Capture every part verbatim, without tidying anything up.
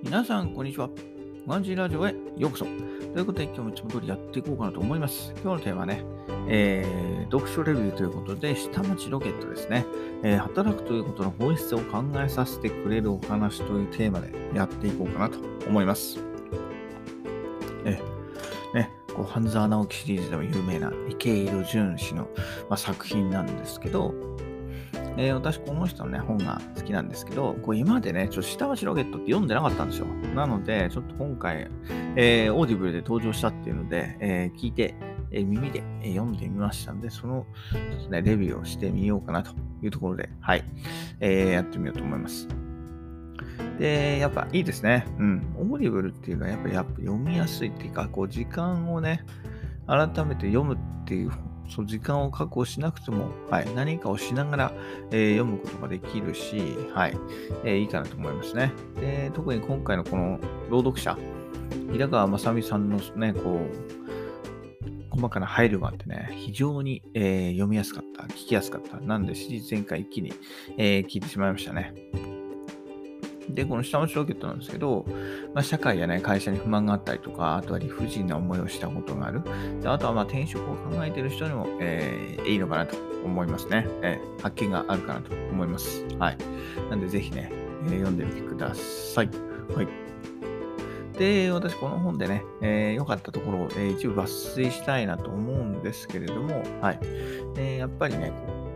皆さん、こんにちは。ワンジーラジオへようこそ。ということで、今日もいつも通りやっていこうかなと思います。今日のテーマはね、えー、読書レビューということで、下町ロケットですね、えー。働くということの本質を考えさせてくれるお話というテーマでやっていこうかなと思います。えー、ね、こう半沢直樹シリーズでも有名な池井戸潤氏の、まあ、作品なんですけど、えー、私、この人のね、本が好きなんですけど、こう今までね、ちょっと下町ロケットって読んでなかったんですよ。なので、ちょっと今回、えー、オーディブルで登場したっていうので、えー、聞いて、えー、耳で、えー、読んでみましたので、その、ちょっとね、レビューをしてみようかなというところで、はい、えー、やってみようと思います。で、やっぱいいですね。うん。オーディブルっていうのは、やっぱりやっぱ読みやすいっていうか、こう、時間をね、改めて読むっていう、その時間を確保しなくても、はい、何かをしながら、えー、読むことができるし、はい、えー、いいかなと思いますね。で、特に今回のこの朗読者、平川雅美さんのね、こう、細かな配慮があってね、非常に、えー、読みやすかった、聞きやすかった。なんで、シリーズ前回一気に、えー、聞いてしまいましたね。で、この下町ロケットなんですけど、まあ、社会やね、会社に不満があったりとか、あとは理不尽な思いをしたことがある。であとはまあ転職を考えている人にも、えー、いいのかなと思いますね、えー。発見があるかなと思います。はい。なんでぜひね、えー、読んでみてください。はい。で、私この本でね、えー、良かったところを、えー、一部抜粋したいなと思うんですけれども、はい。えー、やっぱりね、こう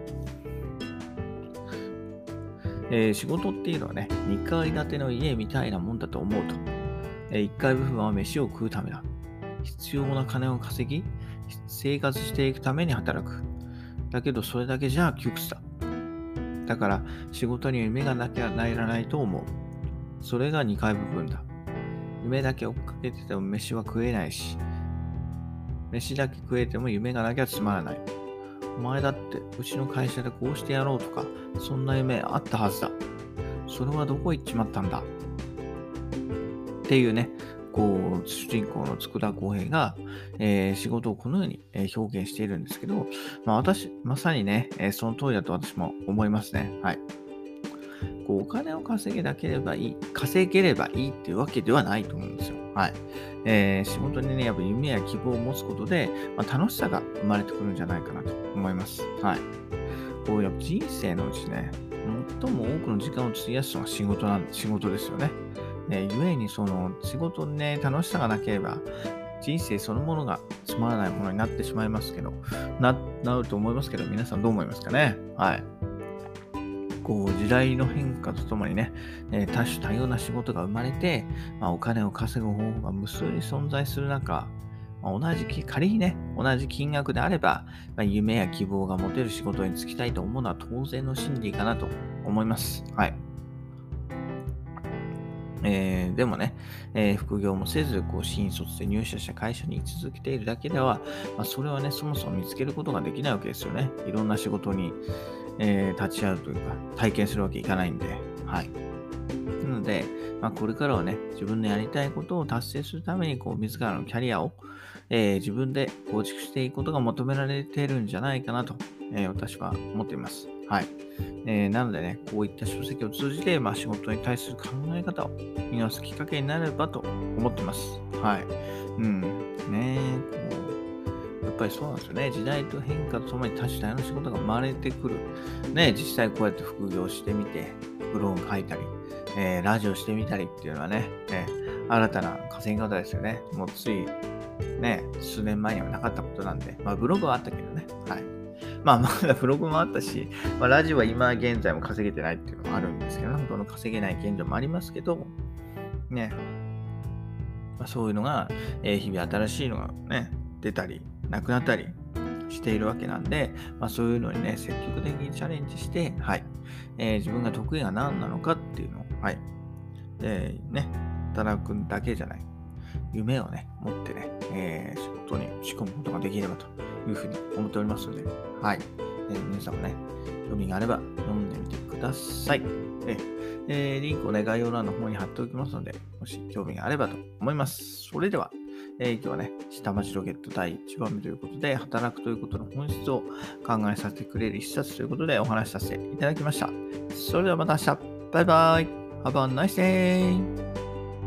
えー、仕事っていうのはね、にかい建ての家みたいなもんだと思うと。えー、いっかい部分は飯を食うためだ。必要な金を稼ぎ、生活していくために働く。だけどそれだけじゃ窮屈だ。だから仕事に夢がなきゃならないと思う。それがにかい部分だ。夢だけ追っかけてても飯は食えないし、飯だけ食えても夢がなきゃつまらない。お前だってうちの会社でこうしてやろうとか、そんな夢あったはずだ。それはどこ行っちまったんだっていうね、こう、主人公の佃公平が、えー、仕事をこのように、えー、表現しているんですけど、まあ私、まさにね、えー、その通りだと私も思いますね。はい。こう、お金を稼げなければいい、稼げればいいっていうわけではないと思うんですよ。はい。えー、仕事にね、やっぱ夢や希望を持つことで、まあ、楽しさが生まれてくるんじゃないかなと思います。はい。こう、やっぱ人生のうちね、最も多くの時間を費やすのが仕事なん、仕事ですよね。えー、ゆえにその仕事にね、楽しさがなければ、人生そのものがつまらないものになってしまいますけど、な、なると思いますけど、皆さんどう思いますかね。はい。こう時代の変化とともにね、えー多種多様な仕事が生まれて、まあ、お金を稼ぐ方法が無数に存在する中、まあ、同じき、仮にね、同じ金額であれば、まあ、夢や希望が持てる仕事に就きたいと思うのは当然の心理かなと思います。はい。えーでもね、えー副業もせず、こう新卒で入社した会社に居続けているだけでは、まあ、それはね、そもそも見つけることができないわけですよね。いろんな仕事に、えー立ち会うというか、体験するわけいかないんで。はい。なので、まあ、これからはね、自分のやりたいことを達成するために、こう、自らのキャリアを、えー自分で構築していくことが求められているんじゃないかなと、えー私は思っています。はい。えーなのでね、こういった書籍を通じて、まあ、仕事に対する考え方を見直すきっかけになればと思ってます。はい。うん。ねこう、やっぱりそうなんですよね。時代と変化とともに多種多様な仕事が生まれてくる。ね、実際こうやって副業してみて、ブログ書いたり、えーラジオしてみたりっていうのはね、えー新たな稼ぎ方ですよね。もうつい、ね、数年前にはなかったことなんで、まあブログはあったけどね。はい。まあまだブログもあったし、まあラジオは今現在も稼げてないっていうのもあるんですけど、本当の稼げない現状もありますけど、ね、まあ、そういうのが、えー日々新しいのがね、出たり、なくなったりしているわけなんで、まあ、そういうのにね、積極的にチャレンジして、はい、えー自分が得意が何なのかっていうのを、はい、で、ね、働くだけじゃない、夢をね、持ってね、えー仕事に仕込むことができればというふうに思っておりますので、はい、えー皆さんもね、興味があれば読んでみてください。えーえーリンクをね、概要欄の方に貼っておきますので、もし興味があればと思います。それでは、えー今日はね、下町ロケットだいいちばんめということで、働くということの本質を考えさせてくれる一冊ということでお話しさせていただきました。それではまた明日。バイバイ。Have a nice day.